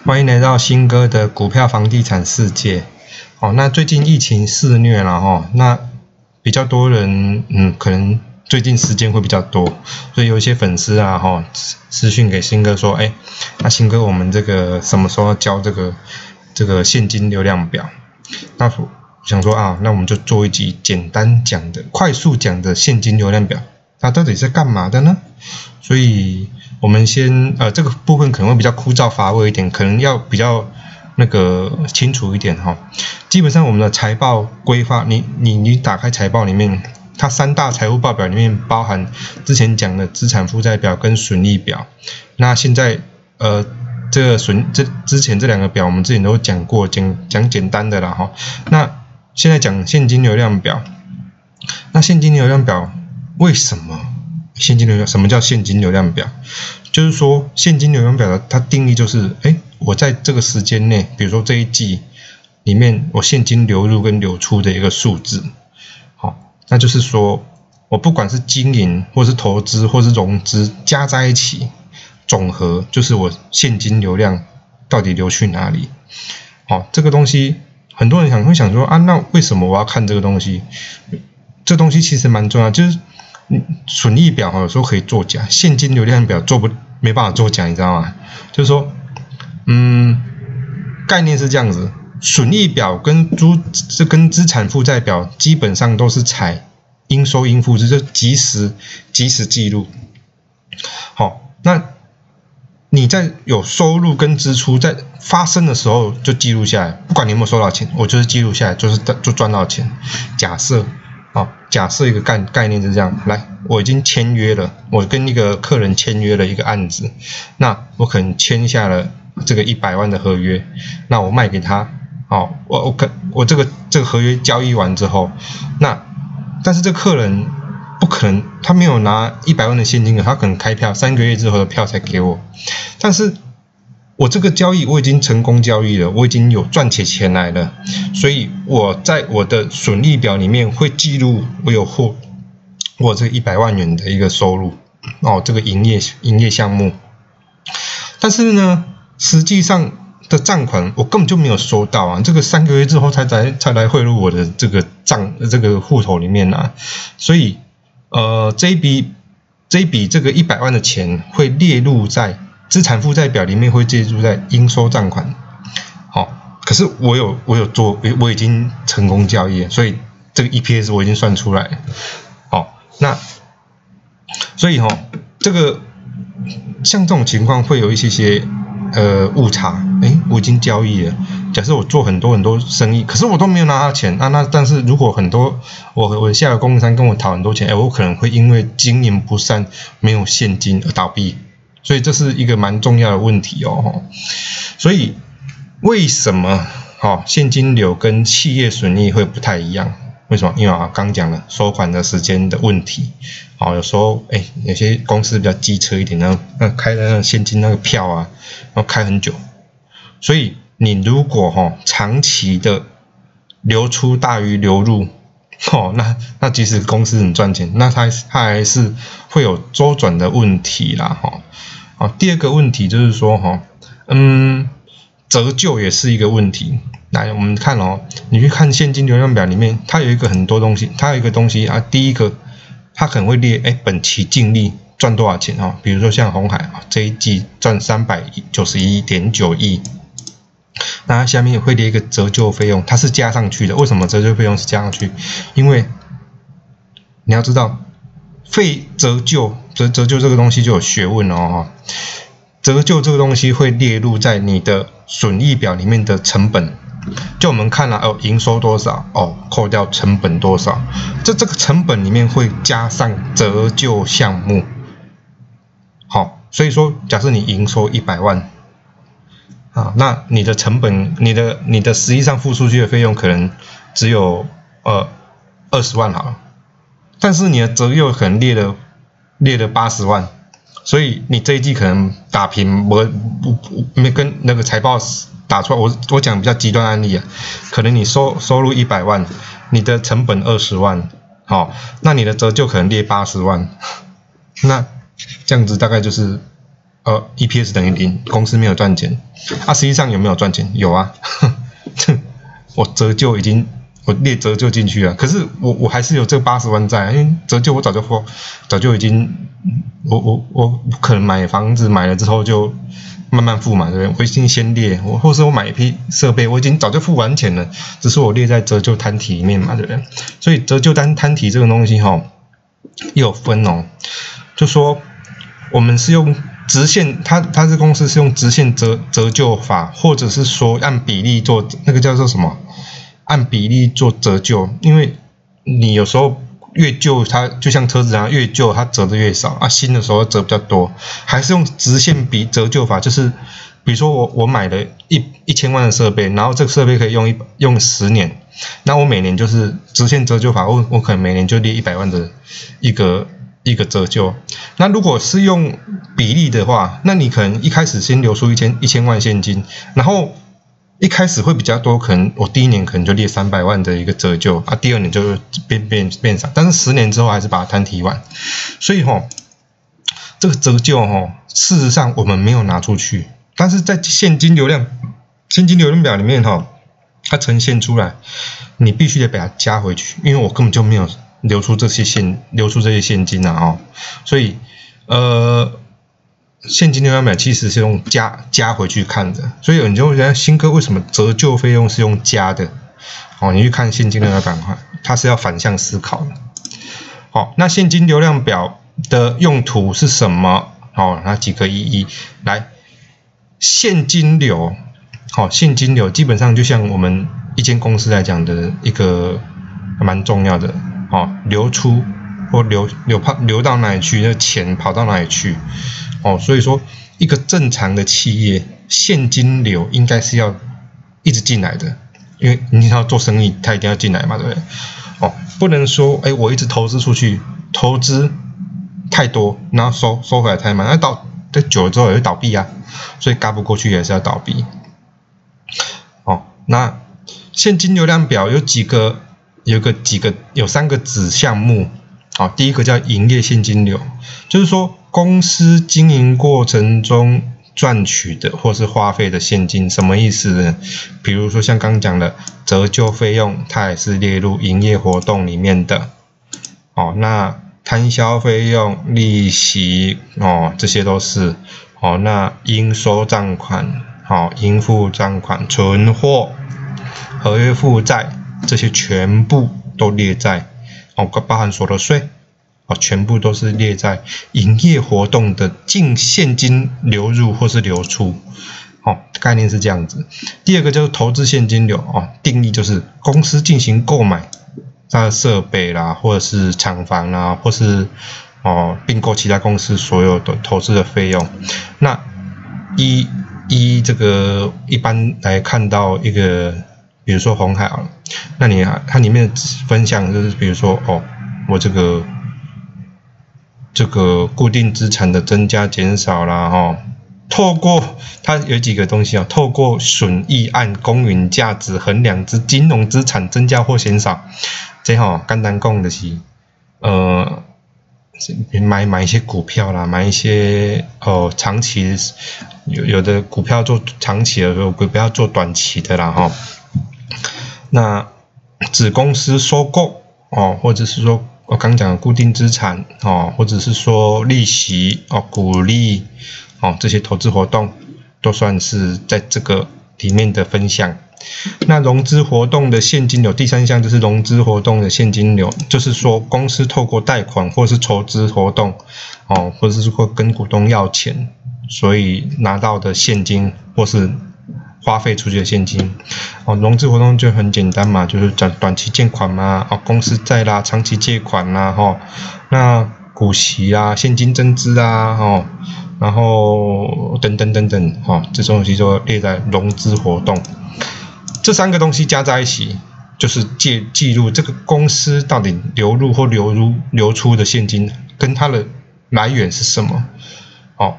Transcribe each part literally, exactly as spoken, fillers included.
欢迎来到新哥的股票房地产世界。哦，那最近疫情肆虐了哈，那比较多人，嗯，可能最近时间会比较多，所以有一些粉丝啊哈私讯给新哥说，哎，那新哥我们这个什么时候要交这个这个现金流量表？那我想说啊，那我们就做一集简单讲的、快速讲的现金流量表，它到底是干嘛的呢？所以我们先呃这个部分可能会比较枯燥乏味一点，可能要比较那个清楚一点哈。基本上我们的财报规划，你你你打开财报里面，它三大财务报表里面包含之前讲的资产负债表跟损益表。那现在呃这个损这之前这两个表我们之前都讲过，讲讲简单的啦哈。那现在讲现金流量表，那现金流量表为什么？现金流量什么叫现金流量表？就是说现金流量表的它定义就是，哎，我在这个时间内，比如说这一季里面我现金流入跟流出的一个数字，好，那就是说我不管是经营或是投资或是融资加在一起，总和就是我现金流量到底流去哪里。好，这个东西很多人想会想说啊，那为什么我要看这个东西？这东西其实蛮重要，就是损益表有时候可以作假，现金流量表做不没办法作假，你知道吗？就是说，嗯，概念是这样子，损益表跟资这跟资产负债表基本上都是采应收应付制，就是即时即时记录。好，那你在有收入跟支出在发生的时候就记录下来，不管你有没有收到钱，我就是记录下来，就是就赚到钱。假设。好，假设一个概概念是这样，来，我已经签约了，我跟一个客人签约了一个案子，那我可能签下了这个一百万的合约，那我卖给他，好，我我可我这个这个合约交易完之后，那但是这个客人不可能，他没有拿一百万的现金，他可能开票三个月之后的票才给我，但是我这个交易我已经成功交易了，我已经有赚起钱来了，所以我在我的损益表里面会记录我有获我这一百万元的一个收入哦，这个营业营业项目。但是呢，实际上的账款我根本就没有收到啊，这个三个月之后才来才来汇入我的这个账这个户头里面啊，所以呃这一笔这一笔这个一百万的钱会列入在资产负债表里面，会记录在应收账款。好，可是我有我有做，我已经成功交易了，所以这个 E P S 我已经算出来了。好，那所以哈、哦，这个像这种情况会有一些些呃误差。哎，我已经交易了，假设我做很多很多生意，可是我都没有拿到钱啊。那但是如果很多我我下游供应商跟我讨很多钱，哎，我可能会因为经营不善，没有现金而倒闭。所以这是一个蛮重要的问题哦。所以为什么哦现金流跟企业损益会不太一样？为什么？因为啊刚讲了收款的时间的问题。哦，有时候哎有些公司比较机车一点，然后那开的那个现金那个票啊，然后开很久。所以你如果哈、哦、长期的流出大于流入。哦，那那即使公司很赚钱，那它它还是会有周转的问题啦，哈、哦。好，第二个问题就是说，哈，嗯，折旧也是一个问题。来，我们看哦，你去看现金流量表里面，它有一个很多东西，它有一个东西啊，第一个，它可能会列，哎，本期净利赚多少钱哦，比如说像鸿海啊，这一季赚三百九十一点九亿。那它下面会列一个折旧费用，它是加上去的。为什么折旧费用是加上去？因为你要知道，费折旧折折旧这个东西就有学问哦。折旧这个东西会列入在你的损益表里面的成本。就我们看了哦，营收多少哦，扣掉成本多少，这这个成本里面会加上折旧项目。好，所以说假设你营收一百万。啊，那你的成本，你的你的实际上付出去的费用可能只有呃二十万好了，但是你的折旧可能列了列了八十万，所以你这一季可能打平，我不没跟那个财报打出来，我我讲比较极端案例啊，可能你收收入一百万，你的成本二十万，好、哦，那你的折旧可能列八十万，那这样子大概就是呃 E P S 等于零，公司没有赚钱。啊，实际上有没有赚钱？有啊，我折旧已经我列折旧进去了，可是我我还是有这八十万在，因为折旧我早就付，早就已经，我我我可能买房子买了之后就慢慢付嘛，对不对？我已经先列，我或是我买一批设备，我已经早就付完钱了，只是我列在折旧摊体里面嘛，对不对？所以折旧单摊体这个东西哈、哦，也有分哦，就说我们是用直线，它它这公司是用直线折折旧法，或者是说按比例做那个叫做什么？按比例做折旧，因为你有时候越旧，它就像车子一样，越旧它折的越少啊，新的时候折比较多，还是用直线比折旧法，就是比如说我我买了一一千万的设备，然后这个设备可以用一用十年，那我每年就是直线折旧法，我我可能每年就列一百万的一个一个折旧。那如果是用比例的话，那你可能一开始先留出一千一千万现金，然后一开始会比较多，可能我第一年可能就列三百万的一个折旧啊，第二年就变变变少，但是十年之后还是把它摊提完。所以哈、哦，这个折旧哈、哦，事实上我们没有拿出去，但是在现金流量现金流量表里面哈、哦，它呈现出来，你必须得把它加回去，因为我根本就没有留出这些现留出这些现金啊哦，所以呃。现金流量表其实是用加加回去看的，所以你就会觉得新哥为什么折旧费用是用加的？哦，你去看现金流量表，它是要反向思考的。好、哦，那现金流量表的用途是什么？哦，那几个意义来，现金流，好、哦，现金流基本上就像我们一间公司来讲的一个蛮重要的，哦，流出或流流跑流到哪里去，那钱跑到哪里去？哦，所以说一个正常的企业现金流应该是要一直进来的，因为你要做生意，它一定要进来嘛，对不对？哦，不能说哎，我一直投资出去，投资太多，然后收收回来太慢，那倒这久了之后也会倒闭啊，所以嘎不过去也是要倒闭。哦，那现金流量表有几个，有个几个有三个子项目。好，第一个叫营业现金流，就是说公司经营过程中赚取的或是花费的现金，什么意思呢？比如说像刚刚讲的折旧费用，它也是列入营业活动里面的。哦，那摊销费用、利息哦，这些都是。哦，那应收账款、好、哦、应付账款、存货、合约负债，这些全部都列在。哦，包含所得税，哦，全部都是列在营业活动的净现金流入或是流出，哦，概念是这样子。第二个就是投资现金流，哦，定义就是公司进行购买它的设备啦，或者是厂房啦，或是哦并购其他公司所有的投资的费用。那依依这个一般来看到一个。比如说鸿海啊，那你它里面分享就是比如说哦，我这个这个固定资产的增加减少啦哈、哦，透过它有几个东西啊，透过损益按公允价值衡量之金融资产增加或减少，这哈、哦、简单讲的是呃买买一些股票啦，买一些哦长期有有的股票做长期的，有股票做短期的啦哈。哦那子公司收购哦，或者是说我刚讲的固定资产哦，或者是说利息哦、股利哦，这些投资活动都算是在这个里面的分项。那融资活动的现金流，第三项就是融资活动的现金流，就是说公司透过贷款或是筹资活动哦，或者是说跟股东要钱，所以拿到的现金或是花费出去的现金，哦，融资活动就很简单嘛，就是短短期借款嘛，哦，公司债啦，长期借款啦，哈、哦，那股息啊，现金增资啊，哦，然后等等等等，哈、哦，这种东西就列在融资活动。这三个东西加在一起，就是记记录这个公司到底流入或流入流出的现金跟它的来源是什么，哦，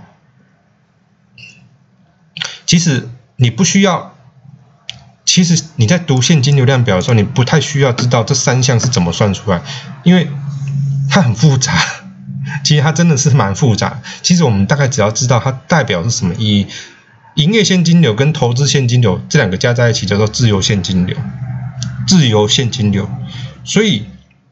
其实。你不需要，其实你在读现金流量表的时候，你不太需要知道这三项是怎么算出来，因为它很复杂， 其实它真的是蛮复杂。其实我们大概只要知道它代表是什么意义，营业现金流跟投资现金流这两个加在一起叫做自由现金流，自由现金流。所以，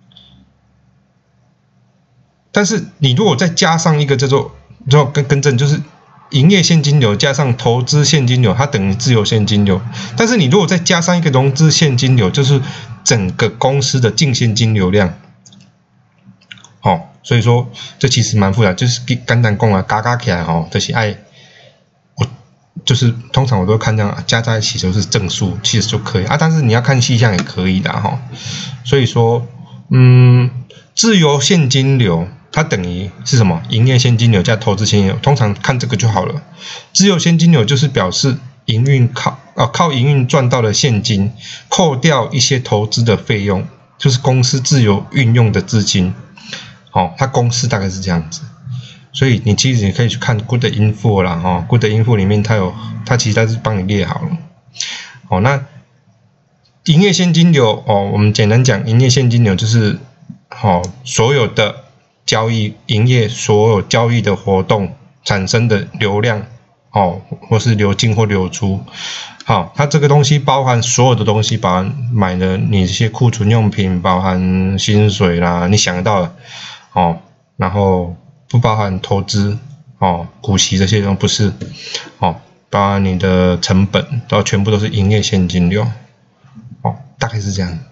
但是你如果再加上一个叫做，叫更更正，就是营业现金流加上投资现金流，它等于自由现金流。但是你如果再加上一个融资现金流，就是整个公司的净现金流量。哦，所以说这其实蛮复杂，就是简单讲啊，加加起来哦，就是爱，我就是通常我都看这样加在一起就是正数，其实就可以啊。但是你要看细项也可以的哈、哦。所以说，嗯，自由现金流。它等于是什么？营业现金流加投资现金流，通常看这个就好了。自由现金流就是表示营运靠啊靠营运赚到的现金，扣掉一些投资的费用，就是公司自由运用的资金。哦，它公式大概是这样子。所以你其实也可以去看 Good Info 啦，哈、哦、，Good Info 里面它有，它其实它是帮你列好了。哦，那营业现金流哦，我们简单讲，营业现金流就是哦所有的。交易营业所有交易的活动产生的流量，哦，或是流进或流出，好，它这个东西包含所有的东西，包含买的你这些库存用品，包含薪水啦，你想得到的，哦，然后不包含投资，哦，股息这些都不是，哦，包含你的成本，然后全部都是营业现金流，哦，大概是这样。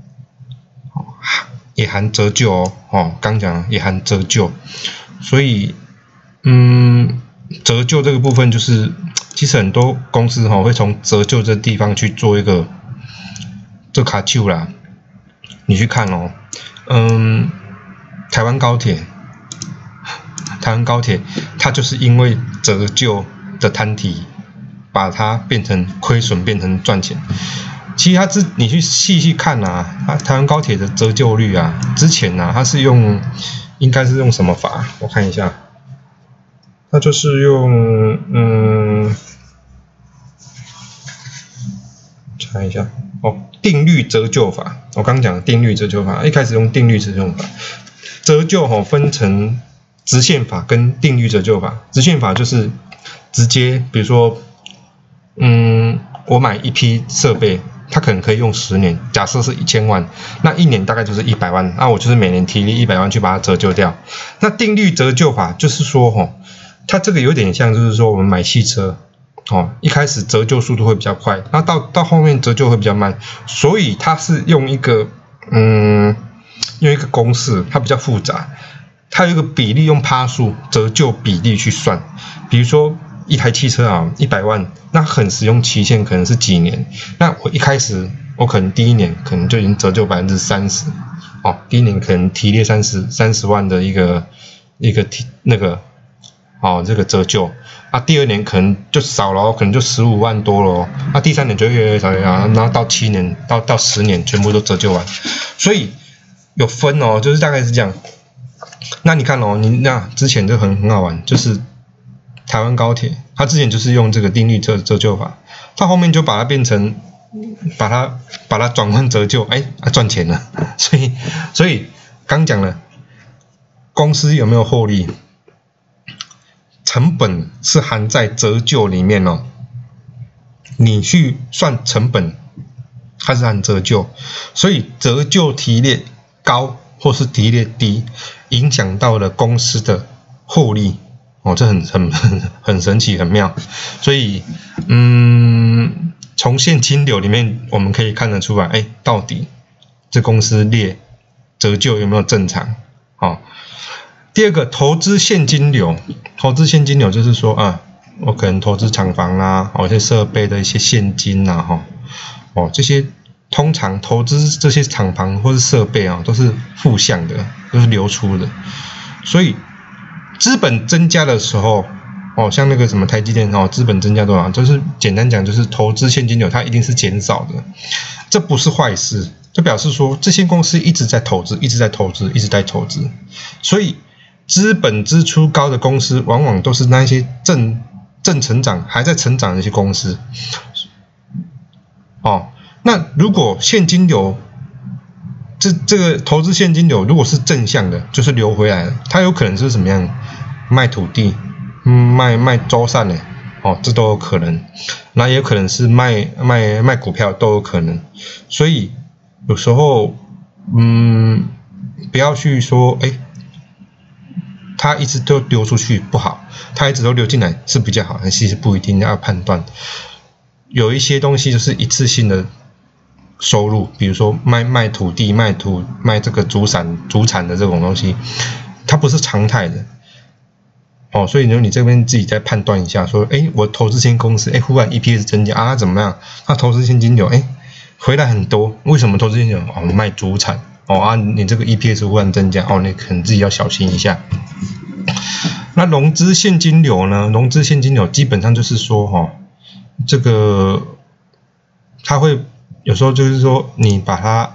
也含折旧哦，哦，刚讲也含折旧，所以，嗯，折旧这个部分就是，其实很多公司哈、哦、会从折旧这地方去做一个做卡丘啦，你去看哦，嗯，台湾高铁，台湾高铁它就是因为折旧的摊提，把它变成亏损变成赚钱。其实它之你去细细看啊，它台湾高铁的折旧率啊，之前啊它是用应该是用什么法？我看一下，它就是用嗯，查一下哦，定律折旧法。我刚讲定律折旧法，一开始用定律折旧法，折旧吼、哦、分成直线法跟定律折旧法。直线法就是直接，比如说，嗯，我买一批设备。它可能可以用十年，假设是一千万，那一年大概就是一百万，那我就是每年提利一百万去把它折旧掉。那定律折旧法就是说，吼，它这个有点像，就是说我们买汽车，哦，一开始折旧速度会比较快，那到到后面折旧会比较慢，所以它是用一个，嗯，用一个公式，它比较复杂，它有一个比例用趴数折旧比例去算，比如说。一台汽车啊，一百万，那很使用期限可能是几年？那我一开始，我可能第一年可能就已经折旧百分之三十，哦，第一年可能提列三十三十万的一个一个提那个，哦，这个折旧，啊，第二年可能就少了，可能就十五万多了，那第三年就越来越少，然后到七年到到十年全部都折旧完，所以有分哦，就是大概是这样。那你看哦，你那之前就很很好玩，就是。台湾高铁，它之前就是用这个定律折折旧法，它后面就把它变成，把它把它转换折旧，哎，啊赚钱了，所以所以刚讲了，公司有没有获利，成本是含在折旧里面哦，你去算成本，它是含折旧，所以折旧提列高或是提列低，影响到了公司的获利。哦，这很很很神奇，很妙，所以，嗯，从现金流里面我们可以看得出来，哎，到底这公司列折旧有没有正常？哦，第二个投资现金流，投资现金流就是说啊，我可能投资厂房啦，哦，一些设备的一些现金呐，哈、哦，哦，这些通常投资这些厂房或是设备啊，都是负向的，都是流出的，所以。资本增加的时候，哦，像那个什么台积电哦，资本增加多少？就是简单讲，就是投资现金流它一定是减少的，这不是坏事，这表示说这些公司一直在投资，一直在投资，一直在投资，所以资本支出高的公司，往往都是那些正正成长还在成长的一些公司，哦，那如果现金流这这个投资现金流如果是正向的，就是流回来了，它有可能是什么样？卖土地，嗯，卖卖周善的，哦，这都有可能。那也有可能是卖卖卖股票都有可能。所以有时候，嗯，不要去说，哎，它一直都丢出去不好，它一直都流进来是比较好，其实不一定要判断。有一些东西就是一次性的收入，比如说卖卖土地、卖土、卖这个主产、主产的这种东西，它不是常态的。哦，所以呢，你这边自己再判断一下，说，哎，我投资这间公司，哎，忽然 E P S 增加啊，怎么样？它投资现金流，哎，回来很多，为什么投资现金流？哦，卖主产，哦啊，你这个 E P S 忽然增加，哦，你可能自己要小心一下。那融资现金流呢？融资现金流基本上就是说，哈、哦，这个它会有时候就是说，你把它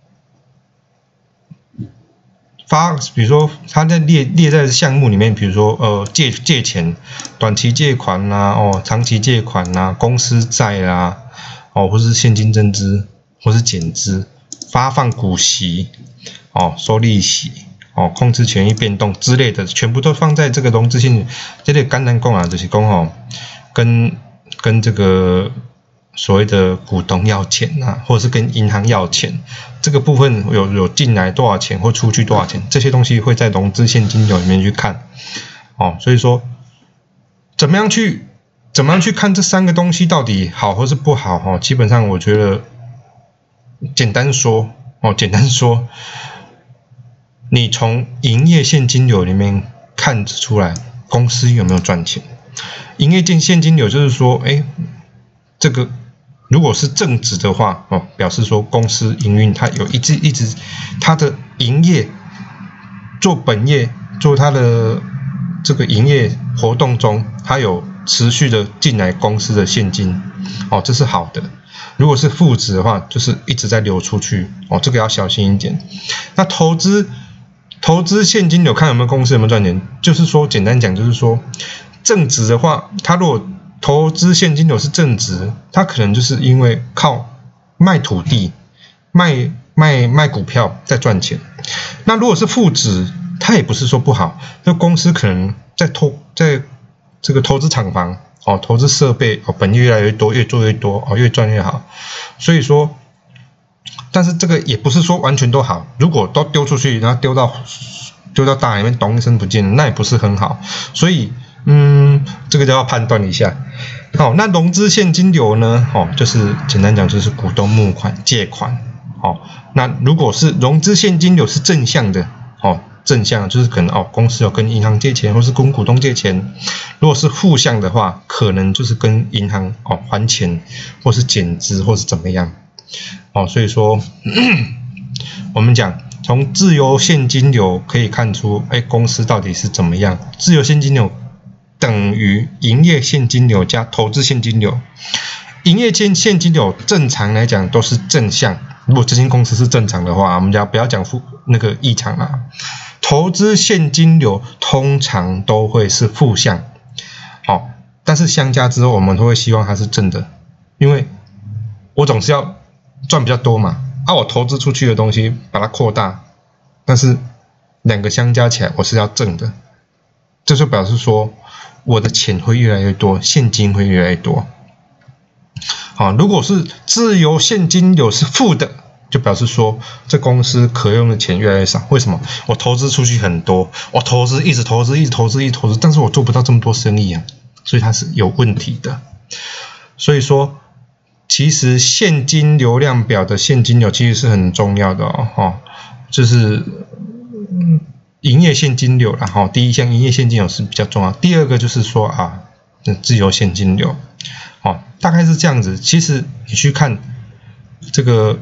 发，比如说它在列列在项目里面，比如说呃借借钱，短期借款啦、啊，哦，长期借款啦、啊，公司债啦、啊，哦，或是现金增资，或是减资，发放股息，哦，收利息。哦，控制权益变动之类的，全部都放在这个融资现，这类简单讲啊，就是讲哦，跟跟这个所谓的股东要钱啊，或者是跟银行要钱，这个部分有有进来多少钱或出去多少钱，这些东西会在融资现金流里面去看。哦，所以说怎么样去怎么样去看这三个东西到底好或是不好？哦，基本上我觉得简单说哦，简单说。你从营业现金流里面看出来公司有没有赚钱。营业现金流就是说，哎，这个如果是正值的话，哦，表示说公司营运它有一直一直它的营业做本业做它的这个营业活动中，它有持续的进来公司的现金，哦，这是好的。如果是负值的话，就是一直在流出去，哦，这个要小心一点。那投资。投资现金流看有没有公司有没有赚钱，就是说简单讲就是说正值的话，它如果投资现金流是正值，它可能就是因为靠卖土地、卖卖卖股票在赚钱。那如果是负值，它也不是说不好，那公司可能在投在这个投资厂房哦，投资设备哦，本业越来越多，越做越多哦，越赚越好。所以说。但是这个也不是说完全都好，如果都丢出去，然后丢到丢到大海里面，咚一声不见了，那也不是很好。所以，嗯，这个就要判断一下。好，那融资现金流呢？哦，就是简单讲，就是股东募款、借款。哦，那如果是融资现金流是正向的，哦，正向就是可能哦，公司有跟银行借钱，或是跟股东借钱。如果是负向的话，可能就是跟银行哦还钱，或是减资，或是怎么样。哦，所以说我们讲从自由现金流可以看出，哎，公司到底是怎么样？自由现金流等于营业现金流加投资现金流。营业现现金流正常来讲都是正向，如果这间公司是正常的话，我们讲不要讲负那个异常啊。投资现金流通常都会是负向，好、哦，但是相加之后，我们都会希望它是正的，因为我总是要赚比较多嘛，啊，我投资出去的东西把它扩大，但是两个相加起来我是要正的，这就表示说我的钱会越来越多，现金会越来越多。好，如果是自由现金流是负的，就表示说这公司可用的钱越来越少。为什么？我投资出去很多，我投资一直投资，一直投资，一直投资，但是我做不到这么多生意啊，所以它是有问题的。所以说。其实现金流量表的现金流其实是很重要的哦，哦就是营业现金流啦，哈，第一项营业现金流是比较重要，第二个就是说啊，自由现金流，哦，大概是这样子。其实你去看这个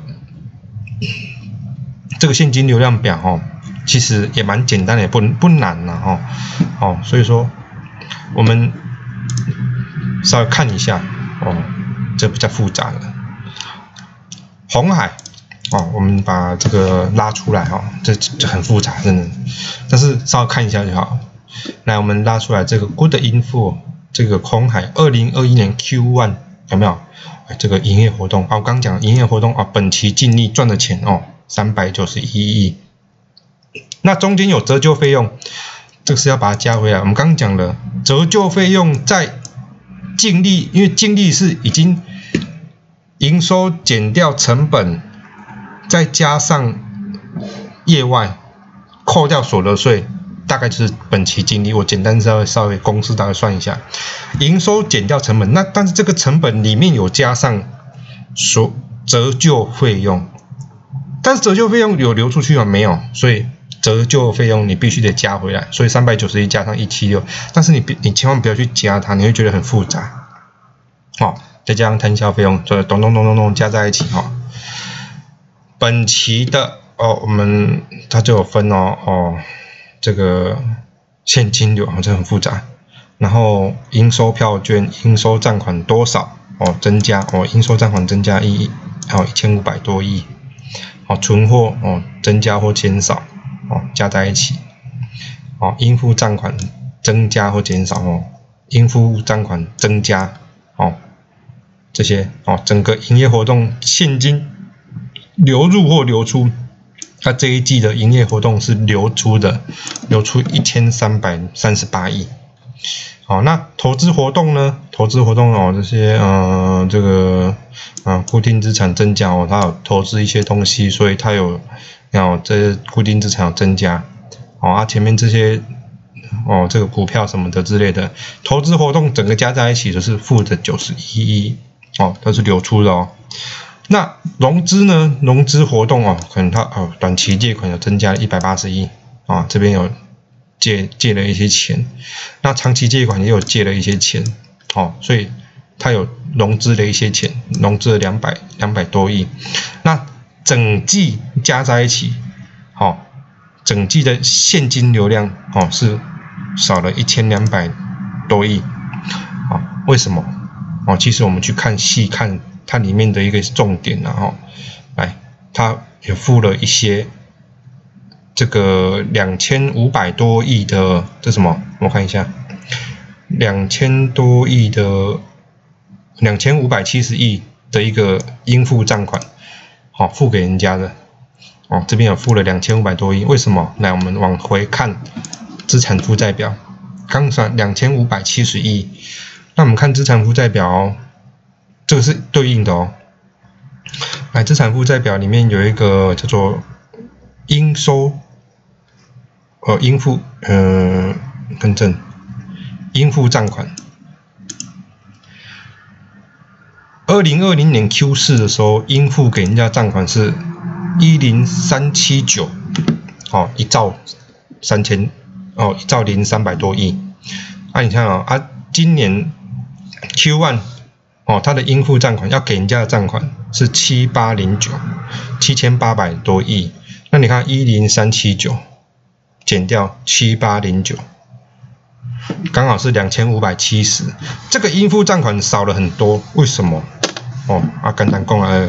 这个现金流量表哦，其实也蛮简单的，也不不难啦，哦，哦，所以说我们稍微看一下哦。这比较复杂的鸿海哦，我们把这个拉出来哦，这这很复杂，真的，但是稍微看一下就好。来，我们拉出来这个 Good Info， 这个鸿海二零二一年 Q 一 有没有？这个营业活动啊，我刚讲营业活动啊，本期净利赚的钱哦， 三百九十一亿。那中间有折旧费用，这个是要把它加回来。我们刚刚讲了，折旧费用在净利，因为净利是已经营收减掉成本，再加上业外扣掉所得税，大概就是本期净利。我简单稍微稍微公式大概算一下，营收减掉成本，那但是这个成本里面有加上所折旧费用，但是折旧费用有流出去吗？没有，所以折旧费用你必须得加回来，所以三百九十一加上一百七十六，但是你你千万不要去加它，你会觉得很复杂。哦，再加上摊销费用，所以咚咚咚咚咚加在一起哈、哦。本期的哦，我们它就有分哦哦，这个现金流好像很复杂，然后应收票券、应收账款多少哦增加哦，应收账款增加一亿，哦一千五百多亿，哦存货哦增加或减少。哦，加在一起，哦，应付账款增加或减少哦，应付账款增加哦，这些哦，整个营业活动现金流入或流出，它这一季的营业活动是流出的，流出一千三百三十八亿。好，那投资活动呢？投资活动哦，这些呃，这个呃，固定资产增加哦，它有投资一些东西，所以它有。哦，这固定资产有增加，哦啊，前面这些哦，这个股票什么的之类的，投资活动整个加在一起就是负的九十一亿，哦，都是流出的哦。那融资呢？融资活动哦，可能它哦，短期借款有增加一百八十亿，啊，这边有借借了一些钱，那长期借款也有借了一些钱，哦，所以它有融资的一些钱，融资了两百两百多亿，那。整季加在一起，好、哦，整季的现金流量哦是少了一千两百多亿，啊、哦，为什么？哦，其实我们去看细看它里面的一个重点然后、哦，来，它也付了一些这个两千五百多亿的这什么？我看一下，两千多亿的两千五百七十亿的一个应付账款。好、哦，付给人家的，哦，这边有付了两千五百多亿，为什么？来，我们往回看资产负债表，刚算两千五百七十亿，那我们看资产负债表、哦，这个是对应的哦。来，资产负债表里面有一个叫做应收，呃，应付，呃，更正，应付账款。二零二零年 Q 四 的时候，应付给人家账款是一零三七九，哦，一兆三千，哦，一兆零三百多亿。啊，你看啊、哦，啊，今年 Q 一，哦，它的应付账款要给人家的账款是七八零九，七千八百多亿。那你看一零三七九减掉七八零九。刚好是两千五百七十，这个应付账款少了很多，为什么？哦，啊，简单讲啊，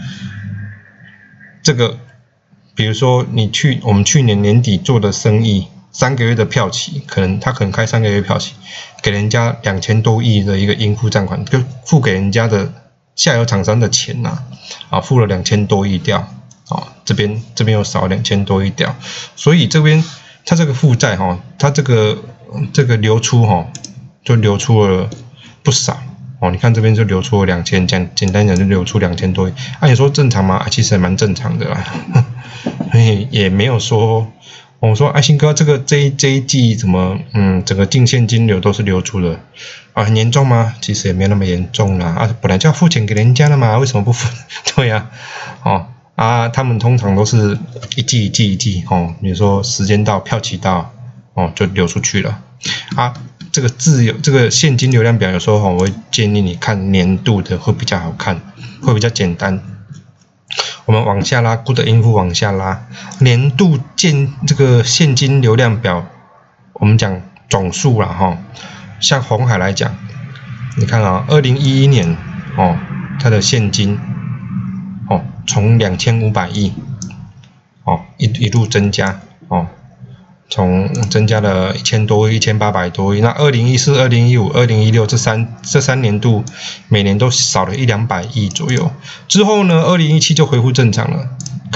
这个，比如说你去我们去年年底做的生意，三个月的票期，可能他可能开三个月票期，给人家两千多亿的一个应付账款，就付给人家的下游厂商的钱呐、啊，啊，付了两千多亿掉，啊，这边这边又少两千多亿掉，所以这边它这个负债哈、哦，它这个。这个流出哈、哦，就流出了不少哦。你看这边就流出了两千，讲简单讲就流出两千多亿。按、啊、你说正常吗？啊、其实也蛮正常的啦，也没有说我说爱新哥这个这一这一季怎么嗯整个净现金流都是流出的啊，很严重吗？其实也没有那么严重啦啊，本来就要付钱给人家了嘛，为什么不付？对呀、啊，哦啊，他们通常都是一季一季一季哦，比如说时间到票期到。哦，就流出去了啊！这个自由这个现金流量表，有时候我会建议你看年度的会比较好看，会比较简单。我们往下拉 ，good 应付往下拉，年度建这个现金流量表，我们讲总数啦哈。像鸿海来讲，你看啊、哦，二零一一年哦，它的现金哦从两千五百亿哦一一路增加哦。从增加了一千多亿、一千八百多亿，那二零一四、二零一五、二零一六这三这三年度每年都少了一两百亿左右。之后呢，二零一七就恢复正常了，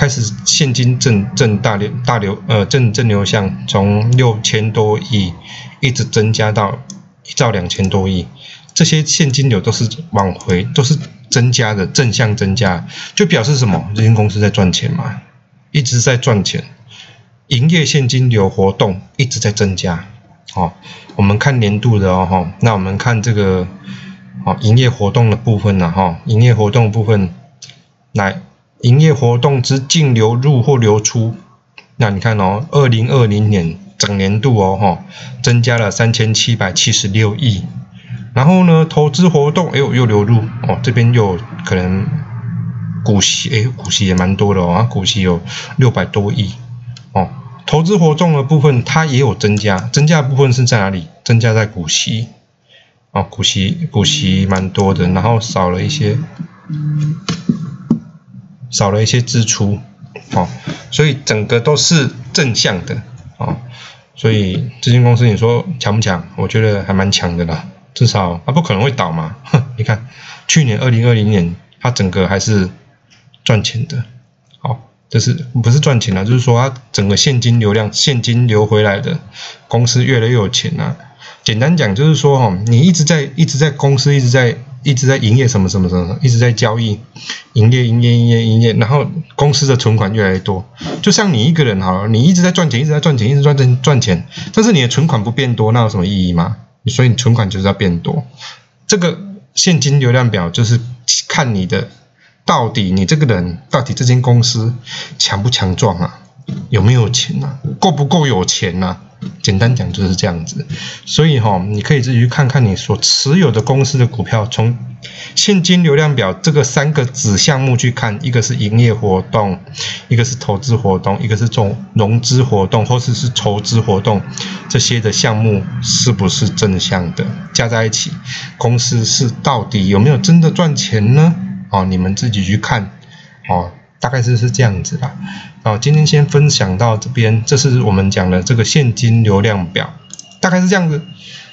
开始现金正正大流大流呃正正流向从六千多亿一直增加到一兆两千多亿，这些现金流都是往回都是增加的，正向增加，就表示什么？这间公司在赚钱嘛，一直在赚钱，营业现金流活动一直在增加。哦，我们看年度的哦，那我们看这个哦营业活动的部分呢，哈，营业活动的部分来。营业活动之净流入或流出，那你看哦，二零二零年整年度哦，哈，增加了三千七百七十六亿。然后呢，投资活动，哎呦，又流入哦，这边又可能股息，哎，股息也蛮多的哦，股息有六百多亿哦。投资活动的部分它也有增加，增加的部分是在哪里？增加在股息哦，股息股息蛮多的，然后少了一些。少了一些支出，哦，所以整个都是正向的，哦，所以这间公司你说强不强？我觉得还蛮强的啦，至少它不可能会倒嘛。哼，你看去年二零二零年它整个还是赚钱的，哦，就是不是赚钱啦，就是说它整个现金流量现金流回来的，公司越来越有钱啦。简单讲就是说，哦，你一直在一直在公司一直在。一直在营业什么什么什么，一直在交易，营业营业营业营业，然后公司的存款越来越多。就像你一个人好了，你一直在赚钱，一直在赚钱，一直赚钱赚钱，但是你的存款不变多，那有什么意义吗？所以你存款就是要变多。这个现金流量表就是看你的到底你这个人到底这间公司强不强壮啊，有没有钱啊，够不够有钱啊？简单讲就是这样子，所以哈、哦，你可以自己去看看你所持有的公司的股票，从现金流量表这个三个子项目去看，一个是营业活动，一个是投资活动，一个是这种融资活动或者是筹资活动，这些的项目是不是正向的？加在一起，公司是到底有没有真的赚钱呢？哦，你们自己去看，哦。大概是是这样子啦，哦，今天先分享到这边，这是我们讲的这个现金流量表，大概是这样子。